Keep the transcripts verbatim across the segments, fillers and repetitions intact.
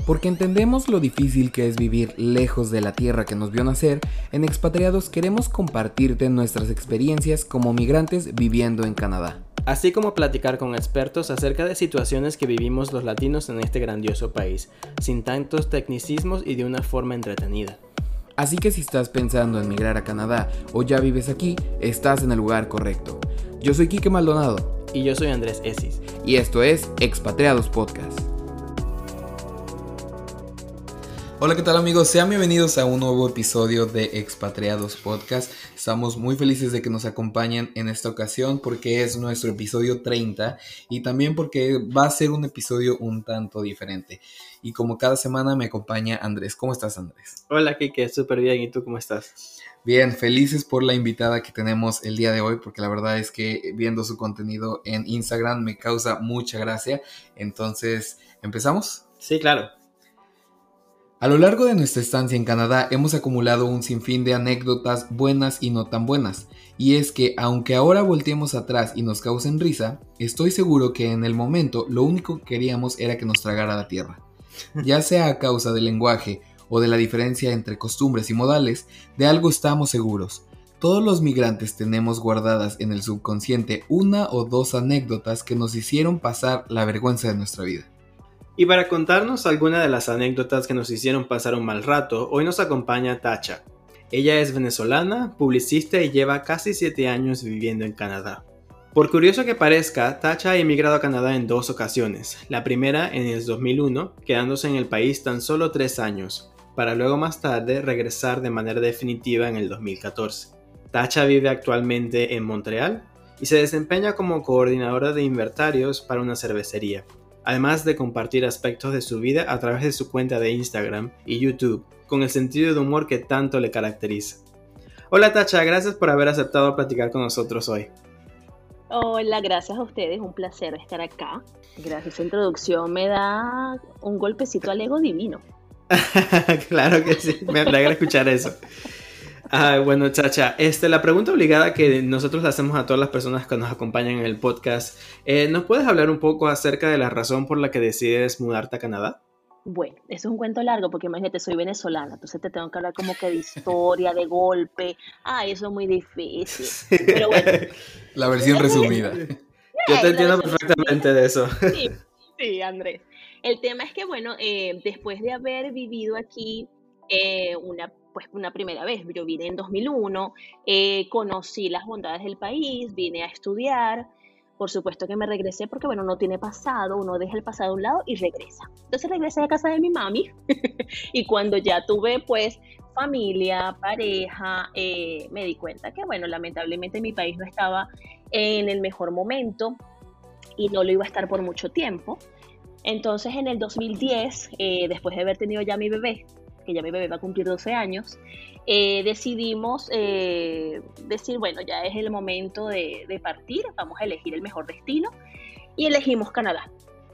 Porque entendemos lo difícil que es vivir lejos de la tierra que nos vio nacer, en Expatriados queremos compartirte nuestras experiencias como migrantes viviendo en Canadá. Así como platicar con expertos acerca de situaciones que vivimos los latinos en este grandioso país, sin tantos tecnicismos y de una forma entretenida. Así que si estás pensando en migrar a Canadá o ya vives aquí, estás en el lugar correcto. Yo soy Quique Maldonado. Y yo soy Andrés Esis. Y esto es Expatriados Podcast. Hola, ¿qué tal amigos? Sean bienvenidos a un nuevo episodio de Expatriados Podcast. Estamos muy felices de que nos acompañen en esta ocasión porque es nuestro episodio treinta y también porque va a ser un episodio un tanto diferente. Y como cada semana me acompaña Andrés. ¿Cómo estás, Andrés? Hola, Kike, súper bien. ¿Y tú cómo estás? Bien, felices por la invitada que tenemos el día de hoy, porque la verdad es que viendo su contenido en Instagram me causa mucha gracia. Entonces, ¿empezamos? Sí, claro. A lo largo de nuestra estancia en Canadá hemos acumulado un sinfín de anécdotas buenas y no tan buenas. Y es que, aunque ahora volteemos atrás y nos causen risa, estoy seguro que en el momento lo único que queríamos era que nos tragara la tierra. Ya sea a causa del lenguaje o de la diferencia entre costumbres y modales, de algo estamos seguros. Todos los migrantes tenemos guardadas en el subconsciente una o dos anécdotas que nos hicieron pasar la vergüenza de nuestra vida. Y para contarnos algunas de las anécdotas que nos hicieron pasar un mal rato, hoy nos acompaña Tacha. Ella es venezolana, publicista y lleva casi siete años viviendo en Canadá. Por curioso que parezca, Tacha ha emigrado a Canadá en dos ocasiones. La primera en el dos mil uno, quedándose en el país tan solo tres años, para luego más tarde regresar de manera definitiva en el dos mil catorce. Tacha vive actualmente en Montreal y se desempeña como coordinadora de inventarios para una cervecería, además de compartir aspectos de su vida a través de su cuenta de Instagram y YouTube, con el sentido de humor que tanto le caracteriza. Hola Tacha, gracias por haber aceptado platicar con nosotros hoy. Hola, gracias a ustedes, un placer estar acá. Gracias, esa introducción me da un golpecito al ego divino. Claro que sí, me alegra escuchar eso. Ah, bueno, Chacha, este, la pregunta obligada que nosotros le hacemos a todas las personas que nos acompañan en el podcast, eh, ¿nos puedes hablar un poco acerca de la razón por la que decides mudarte a Canadá? Bueno, eso es un cuento largo porque imagínate, soy venezolana, entonces te tengo que hablar como que de historia, de golpe. Ay, eso es muy difícil. Pero bueno. La versión resumida. Yo te entiendo perfectamente de eso. Sí, sí, Andrés. El tema es que, bueno, eh, después de haber vivido aquí eh, una pues una primera vez, yo vine en dos mil uno, eh, conocí las bondades del país, vine a estudiar, por supuesto que me regresé porque bueno, no tiene pasado, uno deja el pasado a un lado y regresa. Entonces regresé a casa de mi mami y cuando ya tuve pues familia, pareja, eh, me di cuenta que bueno, lamentablemente mi país no estaba en el mejor momento y no lo iba a estar por mucho tiempo. Entonces en el dos mil diez, eh, después de haber tenido ya mi bebé, que ya mi bebé va a cumplir doce años, eh, decidimos eh, decir, bueno, ya es el momento de, de partir, vamos a elegir el mejor destino, y elegimos Canadá.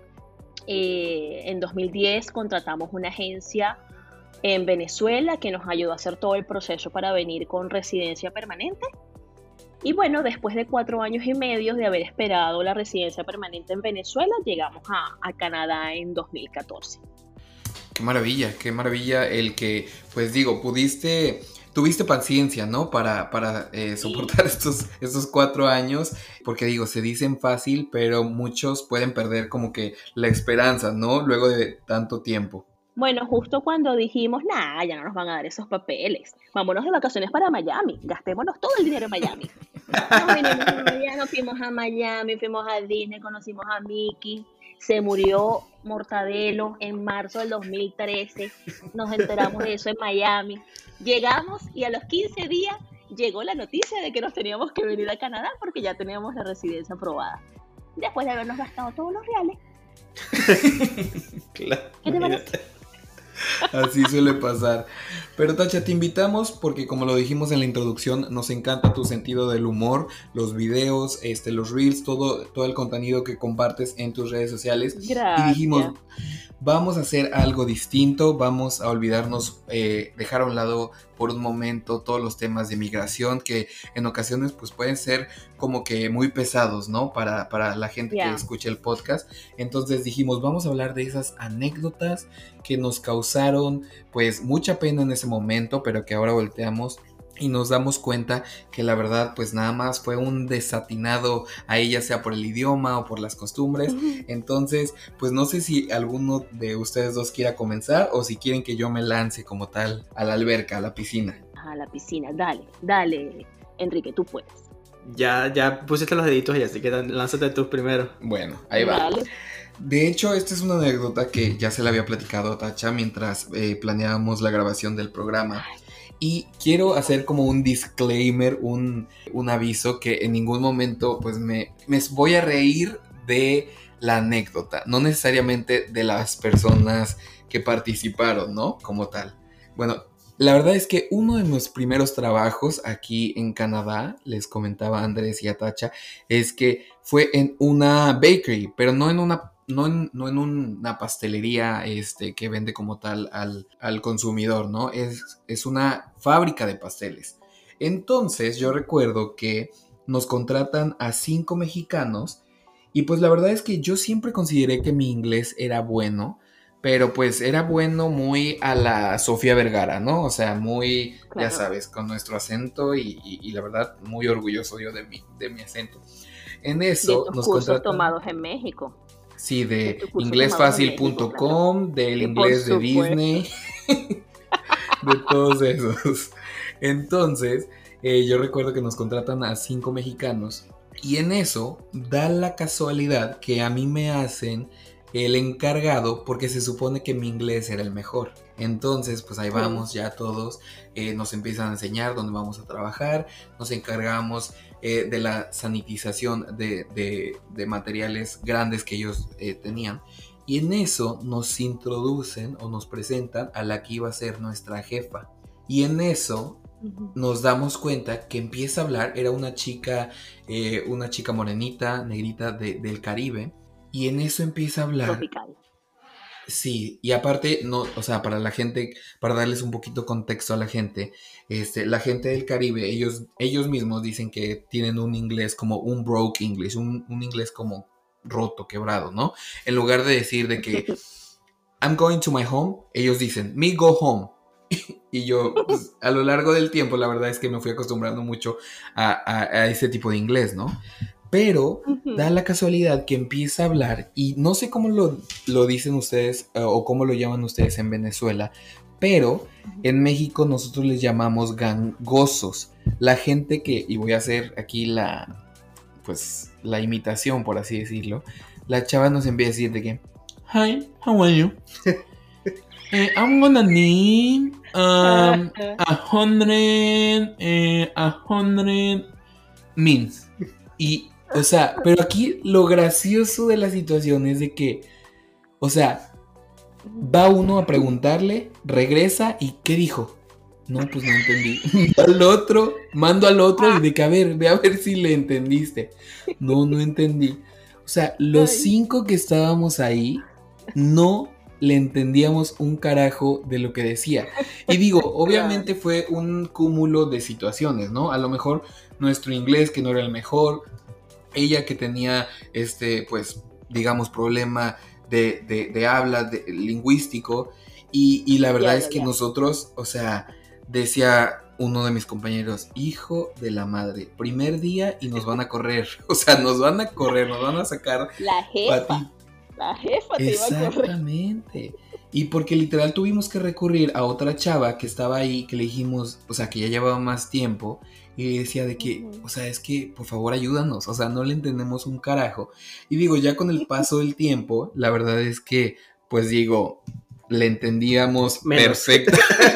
Eh, en dos mil diez contratamos una agencia en Venezuela que nos ayudó a hacer todo el proceso para venir con residencia permanente, y bueno, después de cuatro años y medio de haber esperado la residencia permanente en Venezuela, llegamos a, a Canadá en dos mil catorce. Qué maravilla, qué maravilla el que, pues digo, pudiste, tuviste paciencia, ¿no? Para, para eh, soportar estos, estos cuatro años, porque digo, se dicen fácil, pero muchos pueden perder como que la esperanza, ¿no? Luego de tanto tiempo. Bueno, justo cuando dijimos, nah, ya no nos van a dar esos papeles, vámonos de vacaciones para Miami, gastémonos todo el dinero en Miami. Nos vinimos a Miami, nos fuimos a Miami, fuimos a Disney, conocimos a Mickey. Se murió Mortadelo en marzo del dos mil trece, nos enteramos de eso en Miami. Llegamos y a los quince días llegó la noticia de que nos teníamos que venir a Canadá porque ya teníamos la residencia aprobada. Después de habernos gastado todos los reales. Claro, ¿Qué te parece? Así suele pasar. Pero Tacha, te invitamos porque como lo dijimos en la introducción, nos encanta tu sentido del humor, los videos, este, los reels, todo, todo el contenido que compartes en tus redes sociales. Y dijimos, Gracias. vamos a hacer algo distinto, vamos a olvidarnos, eh, dejar a un lado por un momento todos los temas de migración que en ocasiones pues pueden ser como que muy pesados, ¿no? Para, para la gente que Ya. escucha el podcast. Entonces dijimos, vamos a hablar de esas anécdotas que nos causaron pues mucha pena en ese momento, pero que ahora volteamos y nos damos cuenta que la verdad pues nada más fue un desatinado a ella, sea por el idioma o por las costumbres. Entonces pues no sé si alguno de ustedes dos quiera comenzar o si quieren que yo me lance como tal a la alberca, a la piscina. A la piscina. Dale, dale, Enrique, tú puedes. Ya, ya pusiste los deditos y así que lánzate tú primero. Bueno, ahí va. Dale. De hecho, esta es una anécdota que ya se la había platicado a Tacha mientras eh, planeábamos la grabación del programa. Y quiero hacer como un disclaimer, un, un aviso que en ningún momento pues me, me voy a reír de la anécdota, no necesariamente de las personas que participaron, ¿no? Como tal. Bueno, la verdad es que uno de mis primeros trabajos aquí en Canadá, les comentaba a Andrés y a Tacha, es que fue en una bakery, pero no en una No en, no en una pastelería este, que vende como tal al, al consumidor, ¿no? Es, es una fábrica de pasteles. Entonces yo recuerdo que nos contratan a cinco mexicanos y pues la verdad es que yo siempre consideré que mi inglés era bueno, pero pues era bueno muy a la Sofía Vergara, ¿no? O sea, muy, Claro. ya sabes, con nuestro acento y, y, y la verdad muy orgulloso yo de mi, de mi acento. En De eso tus nos cursos contratan... tomados en México. Sí, De de tus cursos inglés tomados en fácil México, punto claro. com, del Y por inglés de supuesto. Disney, de todos esos. Entonces, eh, yo recuerdo que nos contratan a cinco mexicanos y en eso da la casualidad que a mí me hacen el encargado porque se supone que mi inglés era el mejor. Entonces, pues ahí vamos ya todos, eh, nos empiezan a enseñar dónde vamos a trabajar, nos encargamos eh, de la sanitización de, de, de materiales grandes que ellos eh, tenían. Y en eso nos introducen o nos presentan a la que iba a ser nuestra jefa. Y en eso Ujú. nos damos cuenta que empieza a hablar, era una chica, eh, una chica morenita, negrita de, del Caribe. Y en eso empieza a hablar. Tropical. Sí, y aparte, no, o sea, para la gente, para darles un poquito contexto a la gente, este, la gente del Caribe, ellos, ellos mismos dicen que tienen un inglés como un broke English, un, un inglés como roto, quebrado, ¿no? En lugar de decir de que I'm going to my home, ellos dicen me go home. Y yo, pues, a lo largo del tiempo, la verdad es que me fui acostumbrando mucho a, a, a ese tipo de inglés, ¿no? Pero Ujú. da la casualidad que empieza a hablar y no sé cómo lo, lo dicen ustedes uh, o cómo lo llaman ustedes en Venezuela, pero en México nosotros les llamamos gangosos. La gente que, y voy a hacer aquí la, pues, la imitación, por así decirlo, la chava nos empieza a decir de que, hi, how are you? eh, I'm gonna need um, a hundred, eh, a hundred mins. Y, o sea, pero aquí lo gracioso de la situación es de que, o sea, va uno a preguntarle, regresa y ¿qué dijo? No, pues no entendí. Al otro, mando al otro y de que a ver, ve a ver si le entendiste. No, no entendí. O sea, los Ay. cinco que estábamos ahí no le entendíamos un carajo de lo que decía. Y digo, obviamente fue un cúmulo de situaciones, ¿no? A lo mejor nuestro inglés que no era el mejor, ella que tenía este, pues, digamos, problema de, de, de habla, de, lingüístico, y, y la verdad Ya, es ya, que ya. nosotros, o sea, decía uno de mis compañeros, hijo de la madre, primer día y nos van a correr, o sea, nos van a correr, nos van a sacar La jefa. pati- La jefa te iba a correr. Exactamente. Y porque literal tuvimos que recurrir a otra chava que estaba ahí, que le dijimos, o sea, que ya llevaba más tiempo, y le decía de que, Ujú. o sea, es que por favor ayúdanos, o sea, no le entendemos un carajo. Y digo, ya con el paso del tiempo, la verdad es que, pues digo, le entendíamos Menos. perfecto.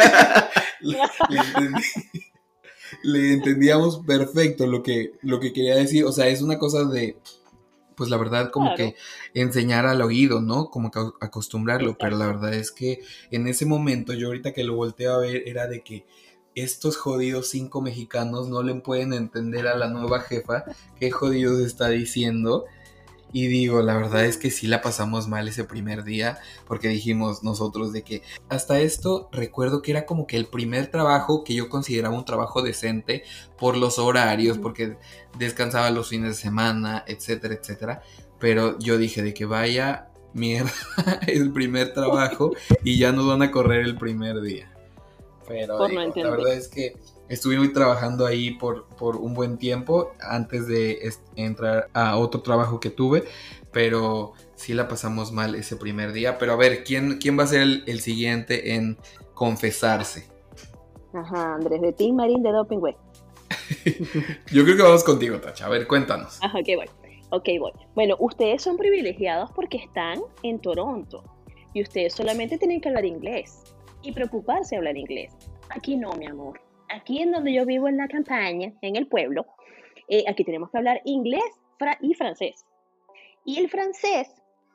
le, le entendí- le entendíamos perfecto lo que, lo que quería decir. O sea, es una cosa de, pues la verdad como Claro. que enseñar al oído, ¿no? Como que acostumbrarlo, pero la Exacto. verdad es que en ese momento yo ahorita que lo volteo a ver era de que estos jodidos cinco mexicanos no le pueden entender a la nueva jefa qué jodidos está diciendo. Y digo, la verdad es que sí la pasamos mal ese primer día, porque dijimos nosotros de que hasta esto recuerdo que era como que el primer trabajo que yo consideraba un trabajo decente por los horarios, Ujú. porque descansaba los fines de semana, etcétera, etcétera. Pero yo dije de que vaya mierda el primer trabajo y ya nos van a correr el primer día. Pero Por no digo, la entender. verdad es que estuve trabajando ahí por, por un buen tiempo antes de est- entrar a otro trabajo que tuve, pero sí la pasamos mal ese primer día. Pero a ver, ¿quién, quién va a ser el, el siguiente en confesarse? Ajá, Andrés, de Team Marín de Doping Web. Yo creo que vamos contigo, Tacha. A ver, cuéntanos. Ajá, ok, voy. Ok, voy. Bueno, ustedes son privilegiados porque están en Toronto y ustedes solamente tienen que hablar inglés y preocuparse de hablar inglés. Aquí no, mi amor. Aquí en donde yo vivo en la campaña, en el pueblo, eh, aquí tenemos que hablar inglés fra- y francés. Y el francés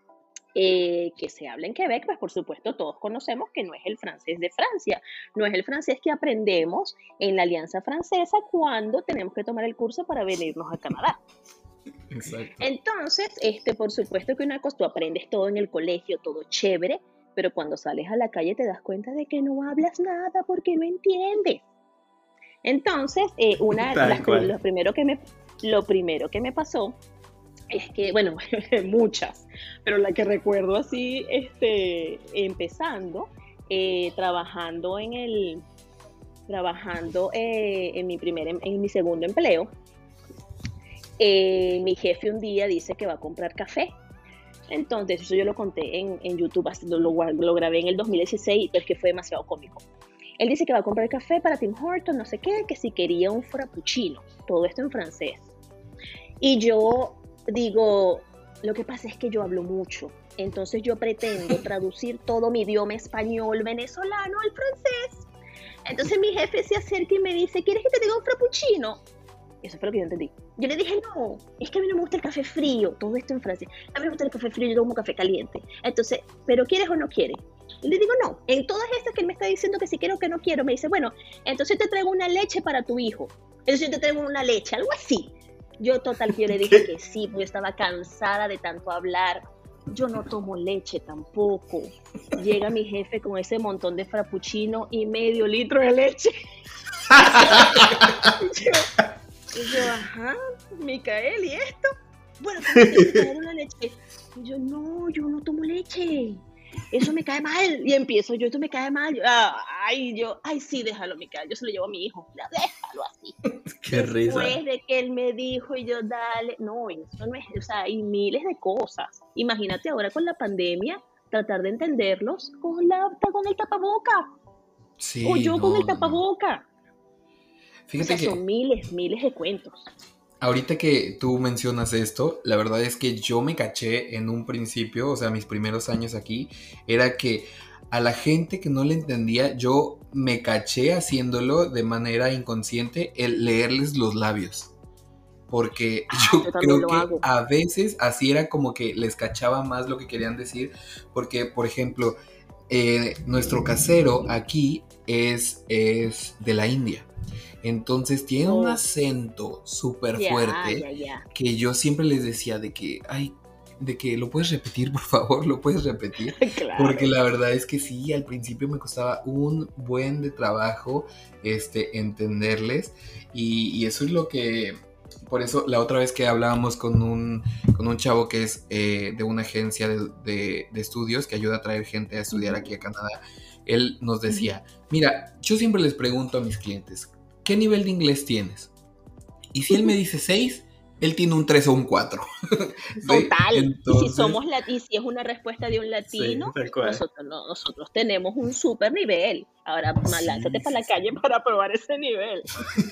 eh, que se habla en Quebec, pues por supuesto todos conocemos que no es el francés de Francia, no es el francés que aprendemos en la Alianza Francesa cuando tenemos que tomar el curso para venirnos a Canadá. Exacto. Entonces, este, por supuesto que una cosa, tú aprendes todo en el colegio, todo chévere, pero cuando sales a la calle te das cuenta de que no hablas nada porque no entiendes. Entonces, eh, una, Tal las, cual. lo, primero que me, lo primero que me pasó es que, bueno, muchas, pero la que recuerdo así, este, empezando, eh, trabajando en el, trabajando eh, en mi primer, em- en mi segundo empleo, eh, mi jefe un día dice que va a comprar café. Entonces, eso yo lo conté en, en YouTube, lo, lo, lo grabé en el dos mil dieciséis, pero es que fue demasiado cómico. Él dice que va a comprar café para Tim Hortons, no sé qué, que si quería un frappuccino, todo esto en francés. Y yo digo, lo que pasa es que yo hablo mucho, entonces yo pretendo traducir todo mi idioma español, venezolano al francés. Entonces mi jefe se acerca y me dice, ¿quieres que te diga un frappuccino? Eso fue lo que yo entendí. Yo le dije, no, es que a mí no me gusta el café frío, todo esto en francés. A mí me gusta el café frío, yo tomo café caliente. Entonces, ¿pero quieres o no quieres? Y le digo, no. En todas estas que él me está diciendo que si quiero o que no quiero, me dice, bueno, entonces te traigo una leche para tu hijo. Entonces yo te traigo una leche, algo así. Yo total, yo le dije que sí, porque yo estaba cansada de tanto hablar. Yo no tomo leche tampoco. Llega mi jefe con ese montón de frappuccino y medio litro de leche. Y yo, y yo, ajá, Micael, ¿y esto? Bueno, pues tienes que traer una leche. Y yo, no, yo no tomo leche. Eso me cae mal. Y empiezo yo, esto me cae mal. Yo, ay, yo, ay, sí, déjalo, Micael. Yo se lo llevo a mi hijo. Ya, déjalo así. Qué Después risa. de que él me dijo, y yo, dale. No, eso no es, o sea, hay miles de cosas. Imagínate ahora con la pandemia, tratar de entenderlos con, la, con el tapaboca. Sí, O yo no, con el no, no. tapaboca. O Fíjate sea, que son miles, miles de cuentos. ahorita que tú mencionas esto, la verdad es que yo me caché en un principio, o sea, mis primeros años aquí, era que a la gente que no le entendía, yo me caché haciéndolo de manera inconsciente, el leerles los labios. Porque Ah, yo yo también creo lo que hago. a veces así era como que les cachaba más lo que querían decir. Porque, por ejemplo, eh, nuestro casero aquí es, es de la India. Entonces tiene un Oh, acento súper ya, fuerte ya, ya. que yo siempre les decía de que, ay, de que lo puedes repetir, por favor, lo puedes repetir. Porque Claro. la verdad es que sí, al principio me costaba un buen de trabajo este, entenderles. Y, y eso es lo que, por eso la otra vez que hablábamos con un, con un chavo que es eh, de una agencia de, de, de estudios que ayuda a traer gente a estudiar Ujú, aquí a Canadá, él nos ujú. decía, mira, yo siempre les pregunto a mis clientes, ¿qué nivel de inglés tienes? Y si él me dice seis, él tiene un tres o un cuatro. ¿Sí? Total. Y si Entonces, somos lat- y si es una respuesta de un Sí, latino, tal cual. nosotros no, nosotros tenemos un super nivel. Ahora ma- sí, lánzate para sí, la calle sí. para probar ese nivel.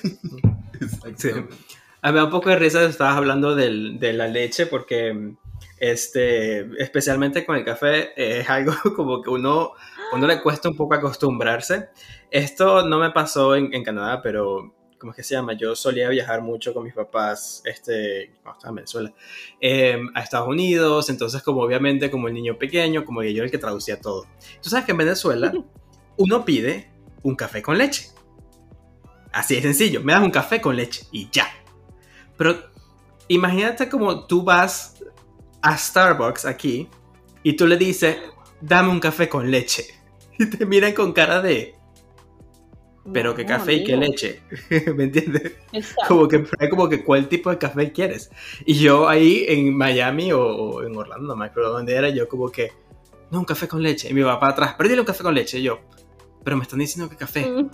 Sí. Exacto. A mí me da un poco de risa, estabas hablando del, de la leche, porque este, especialmente con el café, eh, es algo como que uno, uno le cuesta un poco acostumbrarse. Esto no me pasó en, en Canadá, pero ¿cómo es que se llama? Yo solía viajar mucho con mis papás, este, cuando estaba en Venezuela, eh, a Estados Unidos, entonces como obviamente como el niño pequeño, como que yo era el que traducía todo. Tú sabes que en Venezuela uno pide un café con leche. Así de sencillo, me das un café con leche y ya. Pero imagínate como tú vas a Starbucks aquí y tú le dices, dame un café con leche. Y te miran con cara de... Pero qué No, café y qué amigo. leche, ¿me entiendes? Exacto. Como que, como que cuál tipo de café quieres. Y yo ahí en Miami o, o en Orlando, no me acuerdo dónde era, yo como que, no, un café con leche. Y mi papá atrás, pero dile un café con leche. Y yo, pero me están diciendo que café. Mm,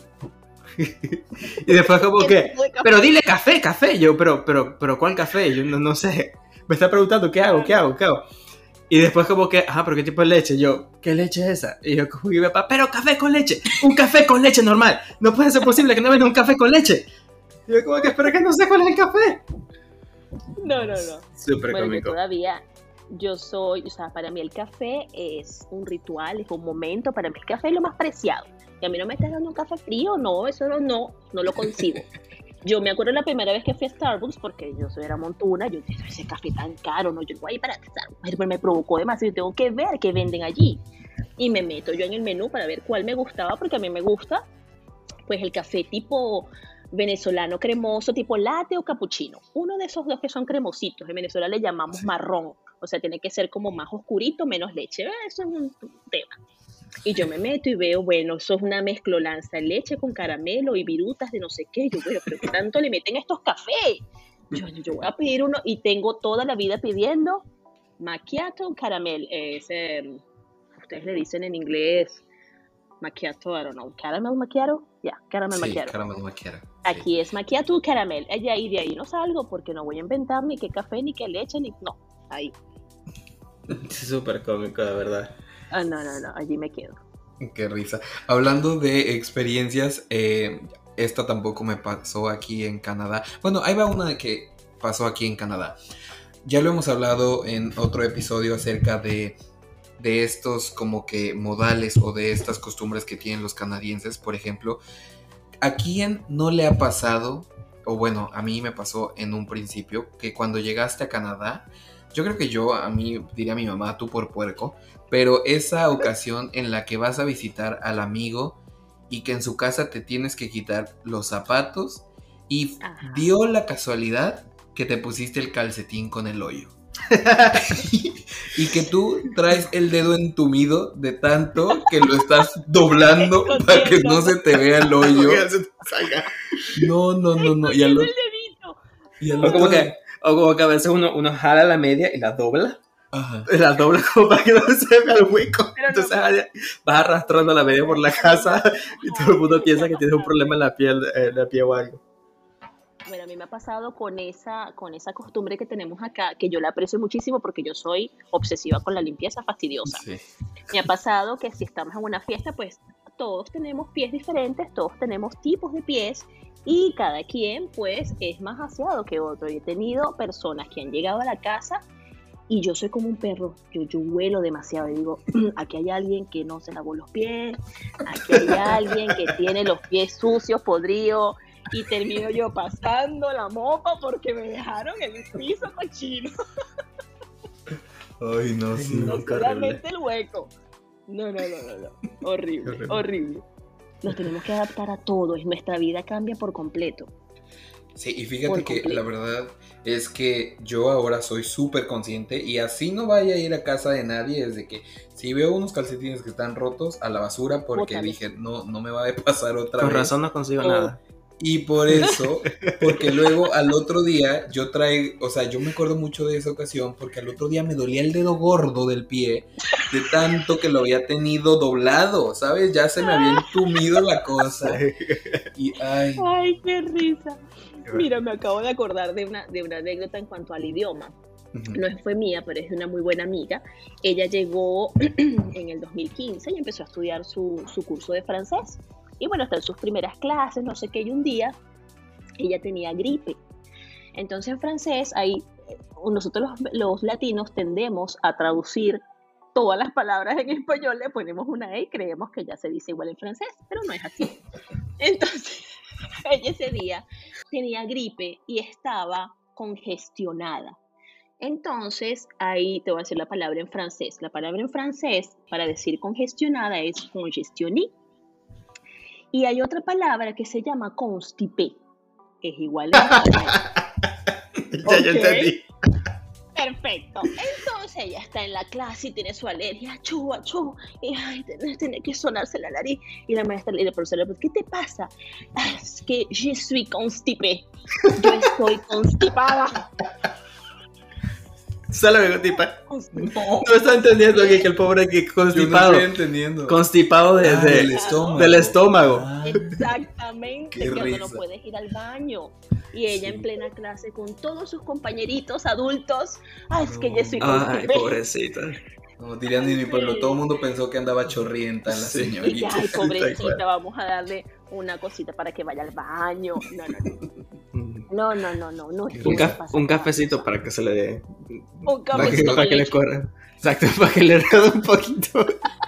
Y después como ¿Qué que, tipo de café? pero dile café, café. Y yo, pero, pero, pero ¿cuál café? Y yo no, no sé. Me está preguntando, ¿qué hago? ¿Qué hago? ¿Qué hago? Y después como que, ajá, pero ¿qué tipo de leche? Y yo, ¿qué leche es esa? Y yo como, y mi papá, pero café con leche, un café con leche normal. No puede ser posible que no venga un café con leche. Y yo como que, espera que no sé cuál es el café. No, no, no. Súper Bueno, yo cómico. todavía, yo soy, o sea, para mí el café es un ritual, es un momento, para mí el café es lo más preciado. Y a mí no me estás dando un café frío, no, eso no, no, no lo concibo. Yo me acuerdo la primera vez que fui a Starbucks, porque yo soy era montuna, yo dije, ese café tan caro, no, yo voy para Starbucks, pero me provocó demasiado, tengo que ver qué venden allí. Y me meto yo en el menú para ver cuál me gustaba, porque a mí me gusta, pues el café tipo venezolano cremoso, tipo latte o cappuccino. Uno de esos dos que son cremositos, en Venezuela le llamamos Sí. marrón, o sea, tiene que ser como más oscurito, menos leche, eso es un tema. Y yo me meto y veo, bueno, eso es una mezclolanza, leche con caramelo y virutas de no sé qué. Yo, bueno, pero ¿qué tanto le meten a estos cafés? Yo, yo voy a pedir uno y tengo toda la vida pidiendo macchiato caramel. Es, eh, ustedes le dicen en inglés macchiato, I don't know, caramel macchiato. Ya, yeah, caramel Sí, macchiato. caramel macchiato. Sí. Aquí es macchiato caramel. Y ahí de ahí no salgo porque no voy a inventar ni qué café, ni qué leche, ni... No, ahí. Súper cómico, de verdad. Ah, no, no, no, allí me quedo. Qué risa. Hablando de experiencias, eh, esta tampoco me pasó aquí en Canadá. Bueno, ahí va una que pasó aquí en Canadá. Ya lo hemos hablado en otro episodio acerca de, de estos como que modales o de estas costumbres que tienen los canadienses, por ejemplo. ¿A quién no le ha pasado, o bueno, a mí me pasó en un principio, que cuando llegaste a Canadá, yo creo que yo, a mí, diría mi mamá, tú por puerco, pero esa ocasión en la que vas a visitar al amigo y que en su casa te tienes que quitar los zapatos y Ajá. dio la casualidad que te pusiste el calcetín con el hoyo. Y que tú traes el dedo entumido de tanto que lo estás doblando para que no se te vea el hoyo. No, no, no, no. Y al, el dedito. y al O otro como que, o como que a veces uno, uno jala la media y la dobla. Ajá. La dobla como para que no se vea el hueco. Pero Entonces no. vas arrastrando la media por la casa y todo el mundo piensa que tienes un problema en la piel, en la piel o algo. Bueno, a mí me ha pasado con esa, con esa costumbre que tenemos acá, que yo la aprecio muchísimo porque yo soy obsesiva con la limpieza, fastidiosa. Sí. Me ha pasado que si estamos en una fiesta, pues todos tenemos pies diferentes, todos tenemos tipos de pies y cada quien pues es más aseado que otro. Y he tenido personas que han llegado a la casa y yo soy como un perro, yo, yo huelo demasiado y digo, aquí hay alguien que no se lavó los pies, aquí hay alguien que tiene los pies sucios, podridos. Y termino yo pasando la mopa porque me dejaron el piso cochino. Ay, no, sí. No, No qué solamente el hueco. No, no, no, no, no. Horrible, horrible. horrible. Nos tenemos que adaptar a todo y nuestra vida cambia por completo. Sí, y fíjate Por que completo. la verdad es que yo ahora soy súper consciente y así no vaya a ir a casa de nadie, es de que si veo unos calcetines que están rotos, a la basura, porque Bótalo. dije, no, no me va a pasar otra Con vez. razón no consigo Oh. nada. Y por eso, porque luego al otro día yo traigo, o sea, yo me acuerdo mucho de esa ocasión porque al otro día me dolía el dedo gordo del pie de tanto que lo había tenido doblado, ¿sabes? Ya se me había entumido la cosa. Y ay, Ay, qué risa. Mira, me acabo de acordar de una, de una anécdota en cuanto al idioma. ujú, No fue mía, pero es de una muy buena amiga. Ella llegó en el dos mil quince y empezó a estudiar su, su curso de francés. Y bueno, está en sus primeras clases, no sé qué, y un día ella tenía gripe. Entonces en francés, ahí, nosotros los, los latinos tendemos a traducir todas las palabras en español, le ponemos una E y creemos que ya se dice igual en francés, pero no es así. Entonces, ella ese día tenía gripe y estaba congestionada. Entonces, ahí te voy a decir la palabra en francés. La palabra en francés para decir congestionada es congestionné. Y hay otra palabra que se llama constipé. Es igual en español. Ya, Ok. ya entendí. Perfecto. Entonces ella está en la clase y tiene su alergia, achú, achú, y ay, tiene, tiene que sonarse la nariz. Y la maestra y la profesora, pues, ¿qué te pasa? "Ah, es que je suis constipé. Yo estoy constipada. Solo me tipa. Constipó. No está entendiendo que, que el pobre que Yo no constipado. estoy entendiendo. Constipado de- Ah, de- del estómago. del estómago. Ah, Exactamente, Qué que cuando no risa. puedes ir al baño. Y ella Sí. en plena clase con todos sus compañeritos adultos. Ay, es que No. yo soy Ay, constipé. pobrecita. no, dirían en mi pueblo, todo el mundo pensó que andaba chorrienta la Sí. Y que, señorita. ay, tal cual. pobrecita, vamos a darle una cosita para que vaya al baño. No, no, no. No, no, no, no, no. Un esto Un, no caf- pasa un nada. cafecito para que se le dé. Un Para que, cafecito para con que le leche. corra. Exacto, para que le rede un poquito.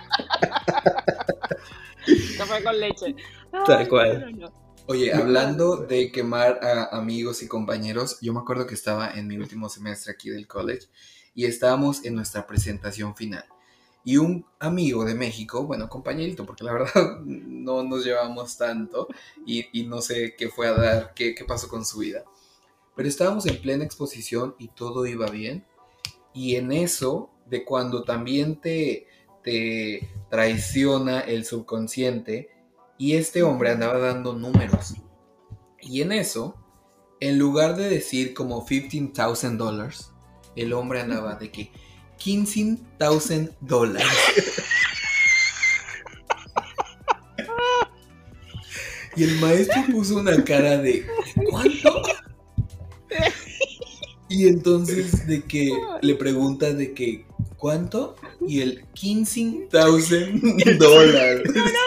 Café con leche. Tal Ay, cual. no, no, no. Oye, hablando de quemar a amigos y compañeros, yo me acuerdo que estaba en mi último semestre aquí del college y estábamos en nuestra presentación final. Y un amigo de México, bueno, compañerito, porque la verdad no nos llevamos tanto y, y no sé qué fue a dar, qué, qué pasó con su vida. Pero estábamos en plena exposición y todo iba bien. Y en eso, de cuando también te, te traiciona el subconsciente, y este hombre andaba dando números. Y en eso, en lugar de decir como quince mil dólares, el hombre andaba de que quince mil dólares. Y el maestro puso una cara de ¿cuánto? Y entonces de que le pregunta de que ¿cuánto? Y el quince mil dólares.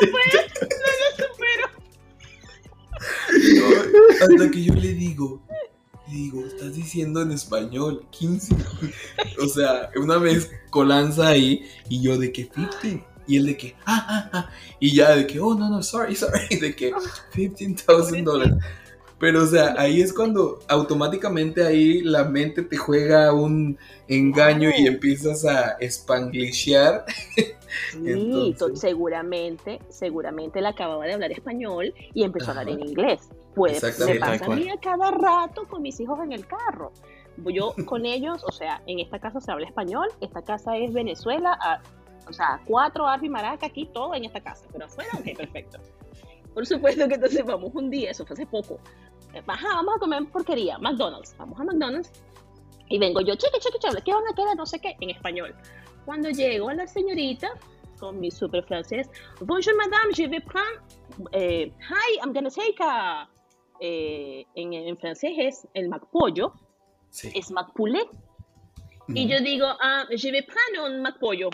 No, hasta que yo le digo, le digo, estás diciendo en español, quince. O sea, una mezcolanza ahí, y yo de que cincuenta. Y él de que, ah, ah, ah. Y ya de que, oh, no, no, sorry, sorry. De que quince mil dólares. Pero, o sea, ahí es cuando automáticamente ahí la mente te juega un engaño y Claro. empiezas a spanglishear. Sí, Entonces- to- seguramente, seguramente él acababa de hablar español y empezó Ajá. a hablar en inglés. Pues me Exactamente. pasa Tal a cual. mí a cada rato con mis hijos en el carro. Yo con ellos, o sea, en esta casa se habla español, esta casa es Venezuela, a- o sea, cuatro arpa y maraca, aquí todo en esta casa, pero afuera, ok, perfecto. Por supuesto que entonces vamos un día, eso fue hace poco. Eh, Ajá, vamos a comer porquería, McDonald's, vamos a McDonald's. Y vengo yo, cheque, cheque, cheque, ¿qué van a quedar? No sé qué, en español. Cuando llego a la señorita, con mi super francés, bonjour madame, je vais prendre, eh, hi, I'm gonna take a, eh, en, en francés es el McPollo, Sí. es McPoulet. Y yo digo, ah, je vais prendre un McPollo.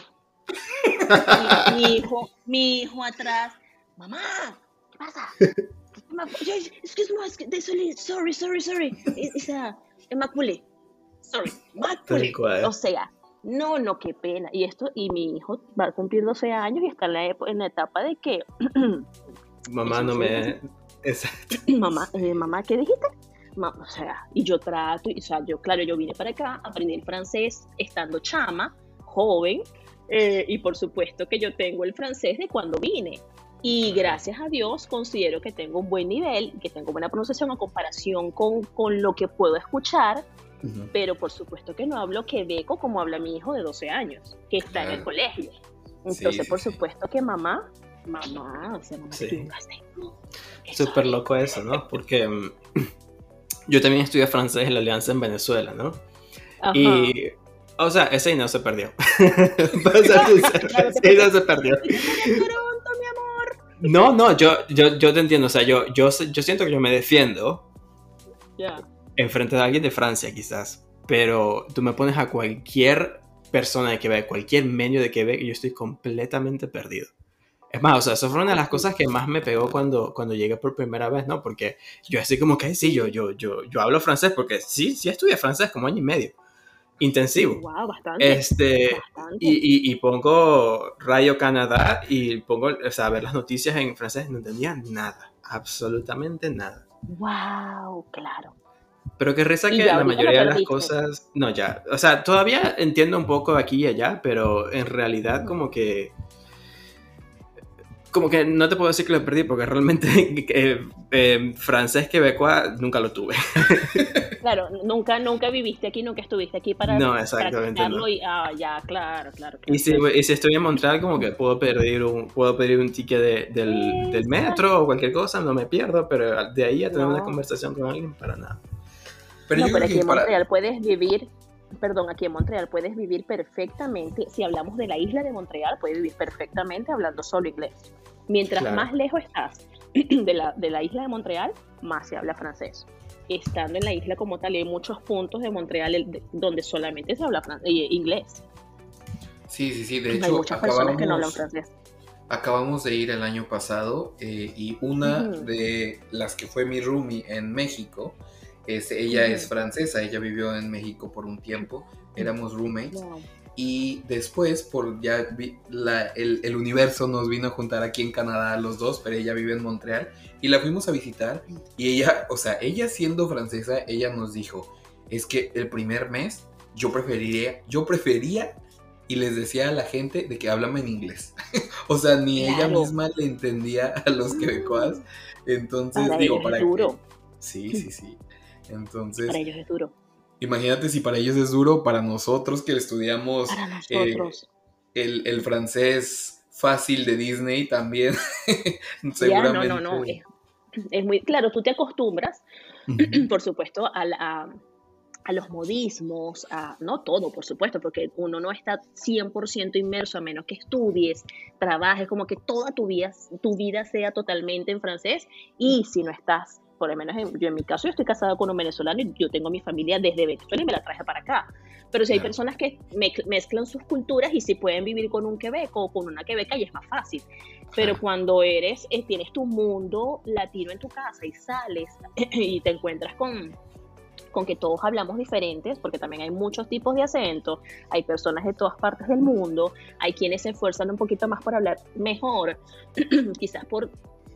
Y mi hijo, mi hijo atrás, mamá, ¿qué pasa? McPollo, excuse me, es que- désolé, sorry, sorry, sorry. Es a McPoulet. Sorry, McPoulet. Tal cual. O sea, no, no, qué pena. Y esto, y mi hijo va a cumplir doce años y está en la, epo- en la etapa de que, Mamá Eso no sí. me. Exacto. mamá, eh, mamá, ¿qué dijiste? Ma- o sea, y yo trato, y, o sea, yo, claro, yo vine para acá, aprendí el francés estando chama, joven, eh, y por supuesto que yo tengo el francés de cuando vine. Y gracias a Dios considero que tengo un buen nivel, que tengo buena pronunciación a comparación con, con lo que puedo escuchar, Ujú. pero por supuesto que no hablo quebeco como habla mi hijo de doce años, que está en el Claro. colegio. Sí, Entonces, sí, por sí. supuesto que mamá, mamá, o sea, mamá, Sí. te equivocaste. Eso Súper es. loco eso, ¿no? Porque mm, yo también estudié francés en la Alianza en Venezuela, ¿no? Ajá. Y, o sea, ese no se perdió. Para ser sincero, Claro, te ese no se perdió. Y tú eres Toronto, mi amor. No, no, yo, yo, yo te entiendo. O sea, yo, yo, sé- yo siento que yo me defiendo Ya. enfrente de alguien de Francia, quizás. Pero tú me pones a cualquier persona de Quebec, cualquier medio de Quebec, y yo estoy completamente perdido. Es más, o sea, eso fue una de las cosas que más me pegó cuando, cuando llegué por primera vez, ¿no? Porque yo así como que, sí, yo, yo, yo, yo hablo francés, porque sí, sí estudié francés como año y medio. Intensivo. Wow, bastante. Este, Bastante. y, y, y pongo Radio Canadá y pongo, o sea, a ver las noticias en francés, no entendía nada, absolutamente nada. Wow, claro. Pero que reza Y que ya la ahorita lo mayoría de las perdiste. cosas, no, ya, o sea, todavía entiendo un poco aquí y allá, pero en realidad como que, como que no te puedo decir que lo perdí, porque realmente eh, eh, francés quebecois nunca lo tuve. Claro, nunca, nunca viviste aquí, nunca estuviste aquí para No, exactamente practicarlo no. y, ah, ya, claro, claro, Y claro. si, y si estoy en Montreal, como que puedo pedir un, puedo pedir un ticket de- del, del Exacto. metro o cualquier cosa, no me pierdo, pero de ahí a tener una No, conversación con alguien, para nada. Pero no, yo pero creo aquí que en para... Montreal puedes vivir, perdón, aquí en Montreal puedes vivir perfectamente, si hablamos de la isla de Montreal, puedes vivir perfectamente hablando solo inglés. Mientras Claro. más lejos estás de la, de la isla de Montreal, más se habla francés. Estando en la isla como tal, hay muchos puntos de Montreal el- de- donde solamente se habla fran- eh, inglés. Sí, sí, sí, de Hay hecho muchas personas que no hablan acabamos, francés. acabamos de ir el año pasado eh, y una Ujú, de las que fue mi roomie en México, es, ella es ujú. francesa, ella vivió en México por un tiempo, éramos roommates Wow. y después por ya vi- la- el, el universo nos vino a juntar aquí en Canadá a los dos, pero ella vive en Montreal y la fuimos a visitar y ella, o sea, ella siendo francesa, ella nos dijo, es que el primer mes yo preferiría, yo prefería y les decía a la gente de que háblame en inglés. O sea, ni ella Claro. misma le entendía a los quebecois. Entonces, Para digo, ellos es para que... duro. Sí, sí, sí. Para Entonces, ellos es duro. imagínate si para ellos es duro, para nosotros que estudiamos Para eh, nosotros. el, el francés fácil de Disney también, Ya, no, no, no. seguramente. Es, es muy claro, tú te acostumbras, Ujú. por supuesto, a, la- a, a los modismos, a no todo, por supuesto, porque uno no está cien por ciento inmerso a menos que estudies, trabajes, como que toda tu vida, tu vida sea totalmente en francés. Y si no estás, por lo menos en- yo en mi caso, yo estoy casada con un venezolano y yo tengo mi familia desde Venezuela y me la traje para acá. Pero si hay Claro. personas que me- mezclan sus culturas y si pueden vivir con un quebeco o con una quebeca y es más fácil. Pero Claro. cuando eres, eh, tienes tu mundo latino en tu casa y sales y te encuentras con, con que todos hablamos diferentes, porque también hay muchos tipos de acento, hay personas de todas partes del mundo, hay quienes se esfuerzan un poquito más por hablar mejor, quizás por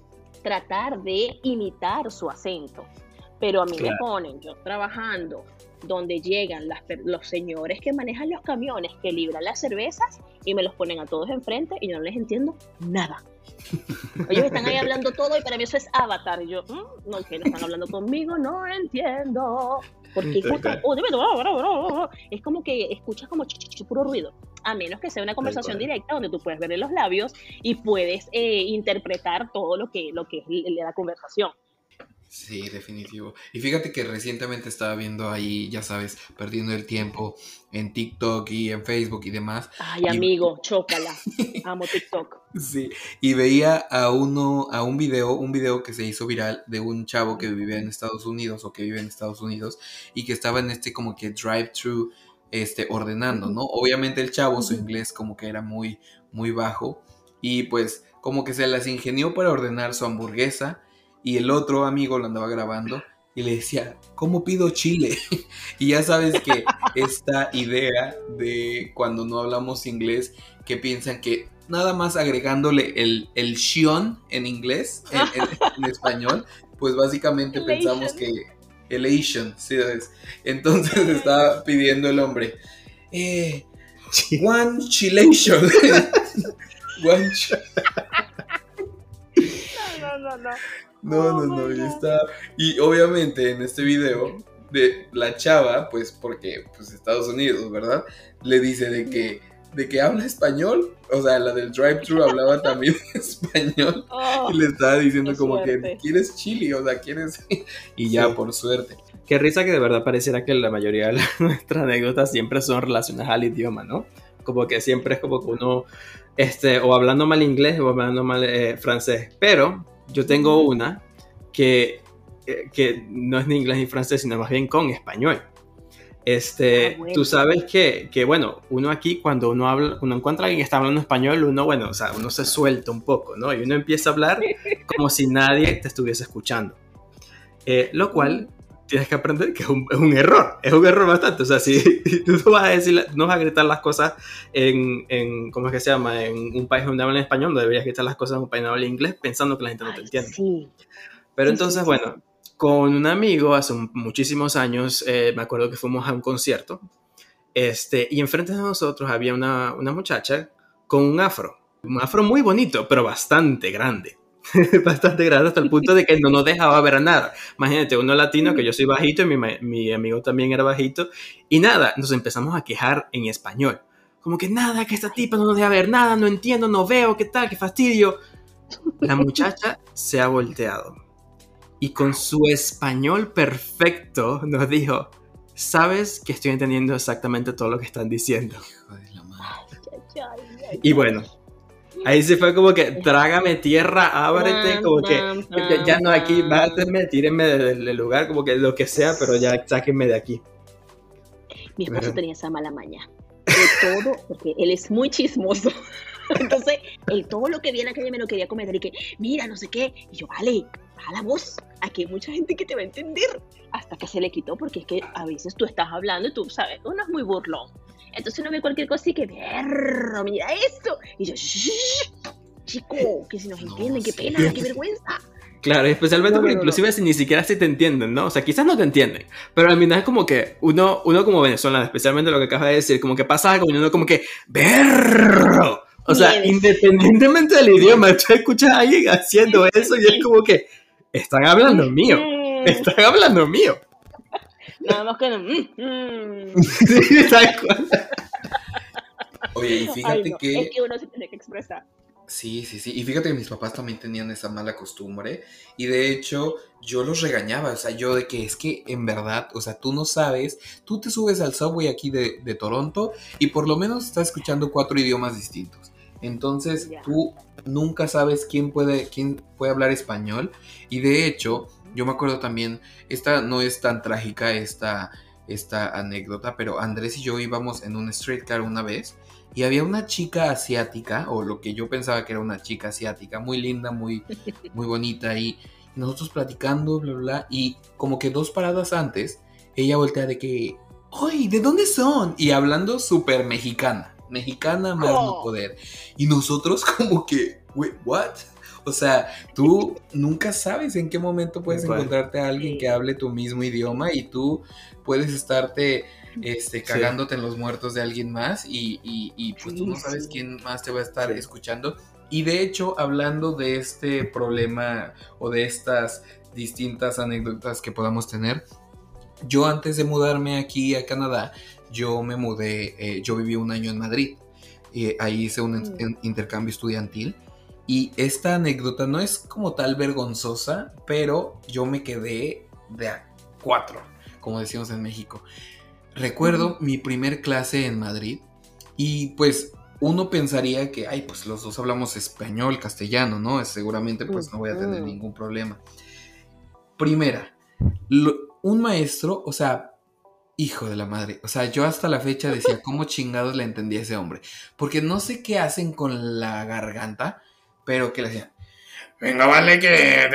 tratar de imitar su acento. Pero a mí me Claro. ponen, yo trabajando, donde llegan las per- los señores que manejan los camiones, que libran las cervezas, y me los ponen a todos enfrente y yo no les entiendo nada. Ellos están ahí hablando todo y para mí eso es Avatar. Y yo, "Mm, no, que no están hablando conmigo, no entiendo. Porque Tal justo, cual, oh, dime, bla, bla, bla, bla, bla". Es como que escuchas como ch, ch, ch, puro ruido. A menos que sea una tal conversación cual. directa donde tú puedes verle los labios y puedes eh, interpretar todo lo que, lo que es l- la conversación. Sí, definitivo. Y fíjate que recientemente estaba viendo ahí, ya sabes, perdiendo el tiempo en TikTok y en Facebook y demás. Ay, Y, amigo, chócala. Amo TikTok. sí, y veía a uno, a un video, un video que se hizo viral de un chavo que vivía en Estados Unidos o que vive en Estados Unidos y que estaba en este como que drive-thru este, ordenando, ¿no? Obviamente el chavo, su inglés como que era muy, muy bajo y pues como que se las ingenió para ordenar su hamburguesa y el otro amigo lo andaba grabando y le decía, ¿cómo pido chile? Y ya sabes que esta idea de cuando no hablamos inglés, que piensan que nada más agregándole el, el shion en inglés, en, en- en español, pues básicamente pensamos Elation. que el Asian, ¿sí ves? Entonces estaba pidiendo el hombre, eh, one chilation. One chi- No, no, no, no. No, Oh no, no, my y God. está. Y obviamente en este video, de la chava, pues porque pues Estados Unidos, ¿verdad? Le dice de que, de que habla español, o sea, la del drive-thru hablaba también español, Oh, y le estaba diciendo qué como que suerte. quieres chili, o sea, quieres. Y ya, Sí. por suerte. Qué risa que de verdad pareciera que la mayoría de las- nuestras anécdotas siempre son relacionadas al idioma, ¿no? Como que siempre es como que uno, este, o hablando mal inglés o hablando mal eh, francés. Pero yo tengo una que, eh, que no es ni inglés ni francés, sino más bien con español. Este, Ah, bueno. tú sabes que, que, bueno, uno aquí cuando uno habla, uno encuentra a alguien que está hablando español, uno, bueno, o sea, uno se suelta un poco, ¿no? Y uno empieza a hablar como si nadie te estuviese escuchando. Eh, lo cual tienes que aprender que es un, es un error, es un error bastante. O sea, si tú no vas a decir, no vas a gritar las cosas en, en, ¿cómo es que se llama? En un país donde hablan español, no deberías gritar las cosas en un país donde hablan inglés pensando que la gente no te Ay, entiende. sí. Pero Sí, entonces, sí, sí, bueno, sí. con un amigo hace un- muchísimos años, eh, me acuerdo que fuimos a un concierto, este, y enfrente de nosotros había una, una muchacha con un afro, un afro muy bonito, pero bastante grande. Bastante grande hasta el punto de que no nos dejaba ver a nada. Imagínate, uno latino, que yo soy bajito y mi, ma- mi amigo también era bajito, y nada, nos empezamos a quejar en español. Como que nada, que esta Ay, tipa no nos deja ver nada, no entiendo, no veo, qué tal, qué fastidio. La muchacha se ha volteado y con su español perfecto nos dijo, sabes que estoy entendiendo exactamente todo lo que están diciendo. Hijo de la madre. ay, ay, ay, Y ay. bueno, ahí se fue como que trágame tierra, ábrete, Tram, como que tram, ya, ya tram, no aquí, tram. mátenme, tírenme del, del lugar, como que lo que sea, pero ya sáquenme de aquí. Mi esposo Pero, tenía esa mala maña. De todo, porque él es muy chismoso. Entonces, él todo lo que viene acá me lo quería comentar y que, mira, no sé qué. Y yo, vale, baja la voz. Aquí hay mucha gente que te va a entender. Hasta que se le quitó, porque es que a veces tú estás hablando y tú sabes, uno es muy burlón. Entonces uno ve cualquier cosa y que, perro, mira esto. Y yo, shh, chico, que si nos No, entienden, qué sí. pena, qué vergüenza. claro, especialmente No, no, porque no, no. inclusive si ni siquiera si te entienden, ¿no? O sea, quizás no te entienden, pero al final es como que uno, uno como venezolano, especialmente lo que acabas de decir, como que pasa algo y uno como que, ¡berro! O sea, Nieves. independientemente del idioma, tú escuchas a alguien haciendo eso y es como que, están hablando mío, Mm, están hablando mío. nada más que no. mm, mm. Sí, tal cual. Oye, y Ay, fíjate no, es que que uno se tiene que expresar. sí, sí, sí. Y fíjate que mis papás también tenían esa mala costumbre. Y de hecho, yo los regañaba. O sea, yo de que es que en verdad, o sea, tú no sabes. Tú te subes al subway aquí de, de Toronto y por lo menos estás escuchando cuatro idiomas distintos. Entonces, Ya. tú nunca sabes quién puede, quién puede hablar español. Y de hecho, yo me acuerdo también, esta no es tan trágica, esta, esta anécdota, pero Andrés y yo íbamos en un streetcar una vez. Y había una chica asiática, o lo que yo pensaba que era una chica asiática, muy linda, muy, muy bonita, y nosotros platicando, bla, bla, bla, y como que dos paradas antes, ella voltea de que, ¡ay! ¿De dónde son? Y hablando súper mexicana, mexicana más no Oh, poder. Y nosotros como que, wait, ¿what? O sea, tú nunca sabes en qué momento puedes Tal cual. encontrarte a alguien sí. que hable tu mismo idioma y tú puedes estarte este, Sí. cagándote en los muertos de alguien más y, y, y, pues tú Sí, no sabes sí. quién más te va a estar Sí. escuchando. Y de hecho, hablando de este problema o de estas distintas anécdotas que podamos tener, yo antes de mudarme aquí a Canadá, yo me mudé, eh, yo viví un año en Madrid. Eh, ahí hice un Mm. in- intercambio estudiantil. Y esta anécdota no es como tal vergonzosa, pero yo me quedé de a cuatro, como decimos en México. Recuerdo mi primer clase en Madrid y pues uno pensaría que, ay, pues los dos hablamos español, castellano, ¿no? Seguramente pues no voy a tener Ujú. ningún problema. Primera, lo- un maestro, o sea, hijo de la madre, o sea, yo hasta la fecha decía, ¿cómo chingados le entendí a ese hombre? Porque no sé qué hacen con la garganta, pero que le decían, venga, vale, que...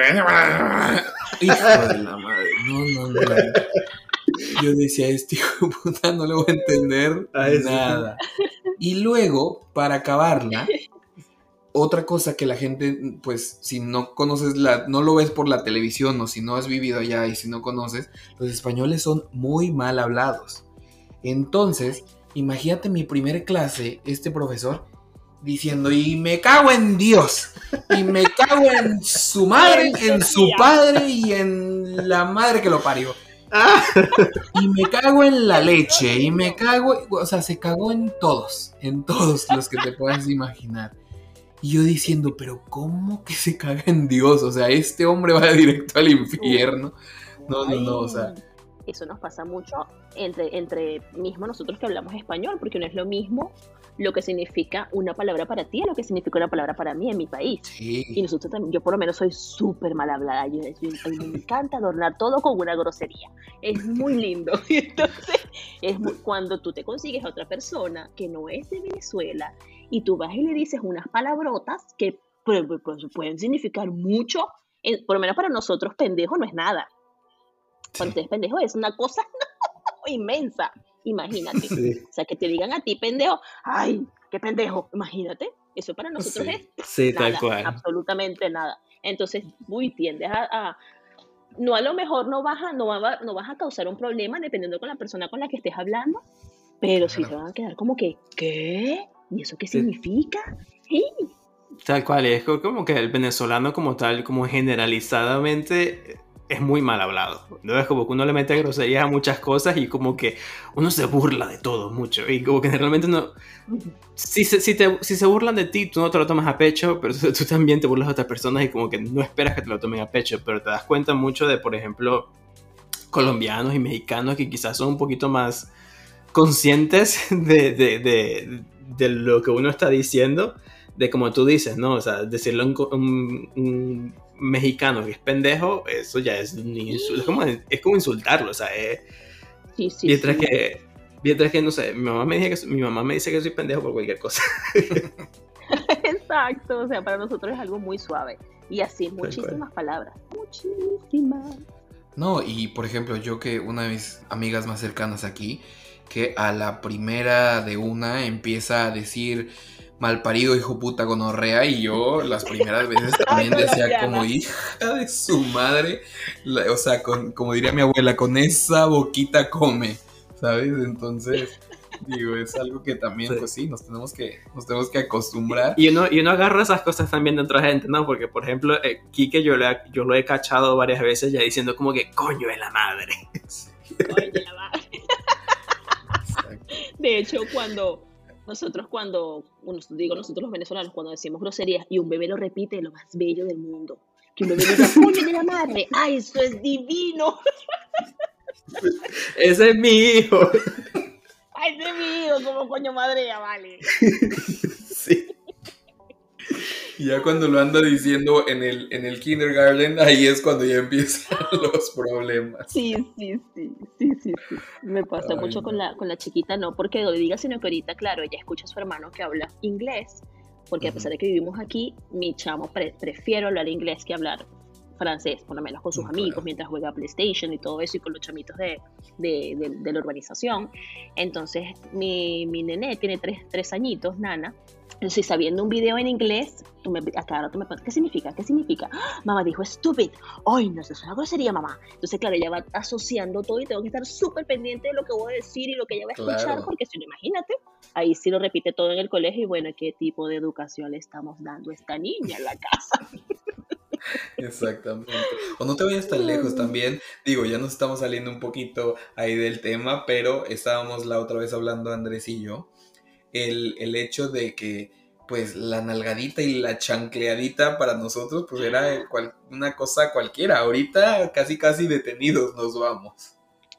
Hijo de la madre, no, no, no, no. Yo decía, este hijo de puta no le voy a entender Ay, sí. nada. Y luego, para acabarla, otra cosa que la gente, pues, si no conoces la, no lo ves por la televisión o si no has vivido allá y si no conoces, los españoles son muy mal hablados. Entonces, imagínate mi primer clase, este profesor diciendo, y me cago en Dios, y me cago en su madre, en su padre y en la madre que lo parió. Ah, Y me cago en la leche, y me cago, o sea, se cagó en todos, en todos los que te puedas imaginar. Y yo diciendo, pero ¿cómo que se caga en Dios? O sea, este hombre va directo al infierno. No, no, no, o sea, Ay, eso nos pasa mucho entre, entre mismo nosotros que hablamos español, porque no es lo mismo lo que significa una palabra para ti a lo que significa una palabra para mí en mi país. Y sí. nosotros también, yo por lo menos soy súper mal hablada. Yo, yo- a mí me encanta adornar todo con una grosería. Es muy lindo. Y entonces, es muy- cuando tú te consigues a otra persona que no es de Venezuela y tú vas y le dices unas palabrotas que pues, pues, pueden significar mucho, eh, por lo menos para nosotros pendejo no es nada. Cuando Sí. ustedes pendejo es una cosa inmensa, imagínate. Sí, O sea, que te digan a ti pendejo, ay, qué pendejo, imagínate. Eso para nosotros Sí. es sí, tal nada, cual. absolutamente nada. Entonces, uy, tiendes a, a- no a lo mejor no vas a, no va- no vas a causar un problema dependiendo con la persona con la que estés hablando, pero sí se Claro. van a quedar como que, ¿qué? ¿Y eso qué Sí, significa? Sí, tal cual, y es co- como que el venezolano como tal, como generalizadamente, es muy mal hablado. ¿No? Es como que uno le mete groserías a muchas cosas y como que uno se burla de todo mucho. Y como que generalmente no... Si se, si te, si se burlan de ti, tú no te lo tomas a pecho, pero tú, tú también te burlas de otras personas y como que no esperas que te lo tomen a pecho. Pero te das cuenta mucho de, por ejemplo, colombianos y mexicanos que quizás son un poquito más conscientes de, de, de, de lo que uno está diciendo, de como tú dices, ¿no? O sea, decirle a un, un, un mexicano que es pendejo, eso ya es un insulto, es como, es como insultarlo, o sea, es, sí, sí, mientras sí. que, mientras que, no sé, mi mamá me dice que, mi mamá me dice que soy pendejo por cualquier cosa. Exacto, o sea, para nosotros es algo muy suave. Y así, Tal cual. muchísimas palabras. Muchísimas. No, y por ejemplo, yo que una de mis amigas más cercanas aquí, que a la primera de una empieza a decir malparido, hijo puta, gonorrea, y yo las primeras veces Ay, también decía como colombiana. hija de su madre, la- o sea, con, como diría mi abuela, con esa boquita come, ¿sabes? Entonces, digo, es algo que también, Sí. pues sí, nos tenemos que, nos tenemos que acostumbrar. Y uno, y uno agarra esas cosas también de otra gente, ¿no? Porque, por ejemplo, eh, Quique yo, le, yo lo he cachado varias veces ya diciendo como que coño de la madre. Coño, la madre. Exacto. De hecho, cuando nosotros, cuando, bueno, digo nosotros los venezolanos, cuando decimos groserías y un bebé lo repite, es lo más bello del mundo. Que un bebé diga, coño de la madre, ¡ay, eso es divino! Ese es mi hijo. ¡Ay, ese es mi hijo! Como coño madre, ya vale. Sí. Y ya cuando lo anda diciendo en el, en el kindergarten, ahí es cuando ya empiezan los problemas. Sí, sí, sí, sí, sí, sí. Me pasa Ay, mucho con no. la, con la chiquita, no porque lo diga, sino que ahorita, claro, ella escucha a su hermano que habla inglés, porque a Ujú. pesar de que vivimos aquí, mi chamo pre- prefiero hablar inglés que hablar francés, por lo menos con sus Mm, amigos, claro. mientras juega PlayStation y todo eso, y con los chamitos de, de, de- de la urbanización. Entonces, mi, mi nené tiene tres, tres añitos, Nana. Entonces, sabiendo un video en inglés, tú me, a cada rato me preguntas, ¿qué significa? ¿Qué significa? ¡Ah! Mamá dijo, stupid. Ay, no, eso es una grosería, mamá. Entonces, claro, ella va asociando todo y tengo que estar súper pendiente de lo que voy a decir y lo que ella va a escuchar, Claro. porque si no, imagínate, ahí sí lo repite todo en el colegio y bueno, ¿qué tipo de educación le estamos dando a esta niña en la casa? Exactamente. O no te vayas tan lejos también. Digo, ya nos estamos saliendo un poquito ahí del tema, pero estábamos la otra vez hablando Andrés y yo. El, el hecho de que, pues, la nalgadita y la chancleadita para nosotros, pues, era el cual- una cosa cualquiera. Ahorita casi, casi detenidos nos vamos.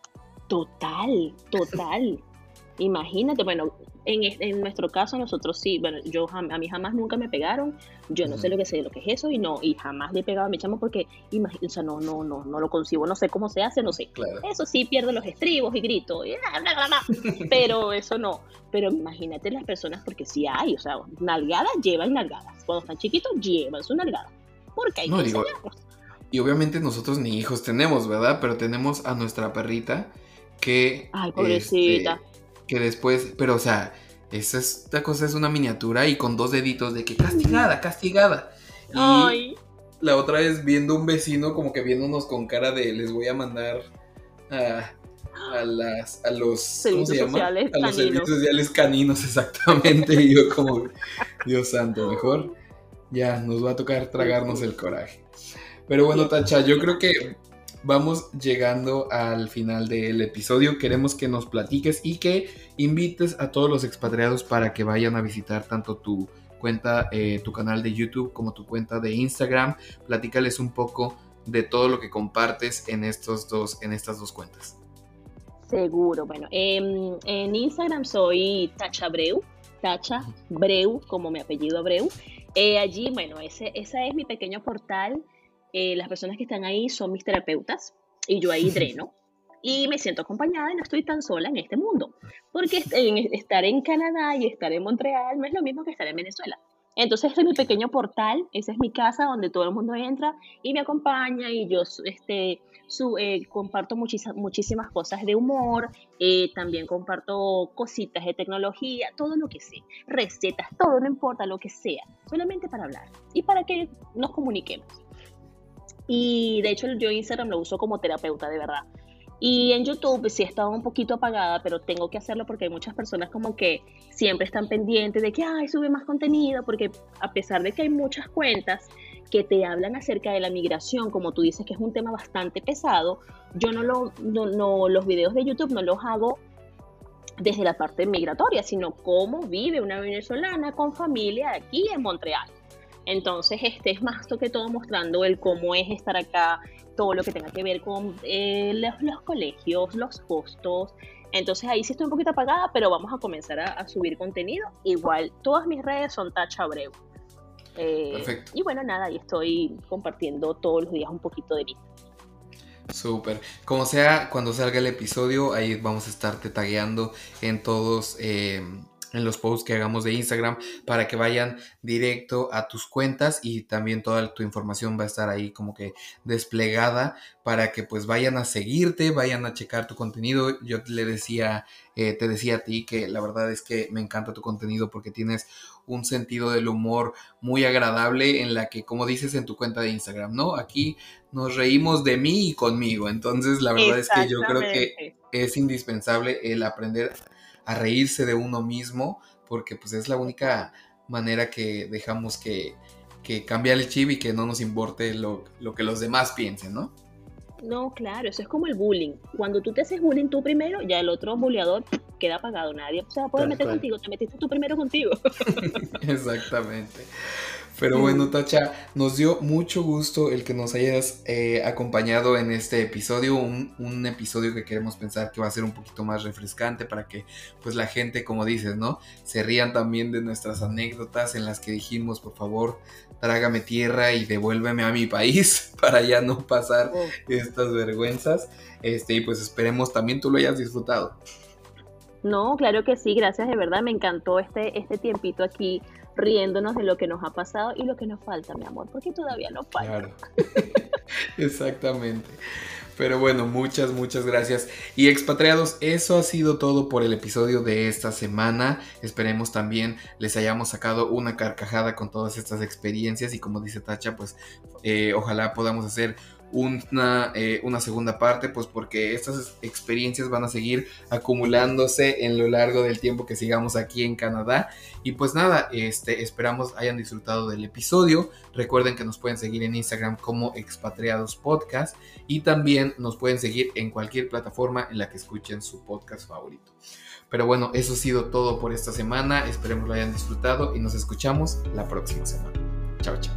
Total, total. Imagínate, bueno, en, es- en nuestro caso nosotros sí, bueno, yo jam- a mí jamás nunca me pegaron, yo no sé Ujú. lo que sé, lo que es eso y no, y jamás le he pegado a mi chamo porque, imagi- o sea, no, no, no, no lo concibo, no sé cómo se hace, no sé. Claro. Eso sí, pierdo los estribos y grito, y bla, bla, bla, bla, pero eso no. Pero imagínate las personas, porque sí hay, o sea, nalgadas llevan nalgadas. Cuando están chiquitos llevan su nalgada, porque hay No, que digo, enseñarlos. y obviamente nosotros ni hijos tenemos, ¿verdad? Pero tenemos a nuestra perrita que, Ay, pobrecita. este, que después, pero o sea, esa es- esta cosa es una miniatura y con dos deditos de que castigada, castigada. Y Ay, la otra vez viendo un vecino como que viéndonos con cara de les voy a mandar a, a las, a los, ¿cómo se servicios llama? sociales A los caninos. servicios sociales caninos, exactamente. Y yo como, Dios santo, mejor ya nos va a tocar tragarnos el coraje. Pero bueno, Tacha, yo creo que vamos llegando al final del episodio. Queremos que nos platiques y que invites a todos los expatriados para que vayan a visitar tanto tu cuenta, eh, tu canal de YouTube como tu cuenta de Instagram. Platícales un poco de todo lo que compartes en, estos dos, en estas dos cuentas. Seguro, bueno, em, en Instagram soy Tacha Breu, Tacha Breu, como mi apellido Abreu. Eh, allí, bueno, ese, ese es mi pequeño portal. Eh, las personas que están ahí son mis terapeutas y yo ahí dreno. Y me siento acompañada y no estoy tan sola en este mundo. Porque est- en- estar en Canadá y estar en Montreal no es lo mismo que estar en Venezuela. Entonces este es mi pequeño portal, esa es mi casa donde todo el mundo entra y me acompaña y yo este, su, eh, comparto muchis- muchísimas cosas de humor, eh, también comparto cositas de tecnología, todo lo que sé, recetas, todo, no importa lo que sea, solamente para hablar y para que nos comuniquemos. Y de hecho yo Instagram lo uso como terapeuta, de verdad. Y en YouTube sí he estado un poquito apagada, pero tengo que hacerlo porque hay muchas personas como que siempre están pendientes de que, ay, sube más contenido, porque a pesar de que hay muchas cuentas que te hablan acerca de la migración, como tú dices que es un tema bastante pesado, yo no lo, no, no, los videos de YouTube no los hago desde la parte migratoria, sino cómo vive una venezolana con familia aquí en Montreal. Entonces, este es más que todo mostrando el cómo es estar acá, todo lo que tenga que ver con eh, los, los colegios, los costos. Entonces, ahí sí estoy un poquito apagada, pero vamos a comenzar a, a subir contenido. Igual, todas mis redes son Tacha Abreu. Eh, Perfecto. Y bueno, nada, ahí estoy compartiendo todos los días un poquito de mí. Súper. Como sea, cuando salga el episodio, ahí vamos a estarte tagueando en todos, eh, en los posts que hagamos de Instagram, para que vayan directo a tus cuentas, y también toda tu información va a estar ahí como que desplegada para que pues vayan a seguirte, vayan a checar tu contenido. Yo le decía, eh, te decía a ti que la verdad es que me encanta tu contenido porque tienes un sentido del humor muy agradable, en la que, como dices en tu cuenta de Instagram, ¿no? Aquí nos reímos de mí y conmigo. Entonces, la verdad es que yo creo que es indispensable el aprender a reírse de uno mismo, porque pues es la única manera que dejamos que, que cambiar el chip y que no nos importe lo, lo que los demás piensen, ¿no? No, claro, eso es como el bullying. Cuando tú te haces bullying tú primero, ya el otro bulleador queda apagado. Nadie se va a poder Tal meter cual. contigo, te metiste tú primero contigo. Exactamente. Pero bueno, Tacha, nos dio mucho gusto el que nos hayas eh, acompañado en este episodio, un, un episodio que queremos pensar que va a ser un poquito más refrescante para que pues la gente, como dices, ¿no? Se rían también de nuestras anécdotas en las que dijimos, por favor, trágame tierra y devuélveme a mi país para ya no pasar Oh. estas vergüenzas. Este, y pues esperemos también tú lo hayas disfrutado. No, claro que sí, gracias, de verdad, me encantó este, este tiempito aquí riéndonos de lo que nos ha pasado y lo que nos falta, mi amor, porque todavía nos falta. Claro. Exactamente. Pero bueno, muchas, muchas gracias. Y expatriados, eso ha sido todo por el episodio de esta semana. Esperemos también les hayamos sacado una carcajada con todas estas experiencias. Y como dice Tacha, pues eh, ojalá podamos hacer una, eh, una segunda parte, pues porque estas experiencias van a seguir acumulándose en lo largo del tiempo que sigamos aquí en Canadá. Y pues nada, este, esperamos hayan disfrutado del episodio. Recuerden que nos pueden seguir en Instagram como Expatriados Podcast, y también nos pueden seguir en cualquier plataforma en la que escuchen su podcast favorito. Pero bueno, eso ha sido todo por esta semana. Esperemos lo hayan disfrutado y nos escuchamos la próxima semana. Chao, chao.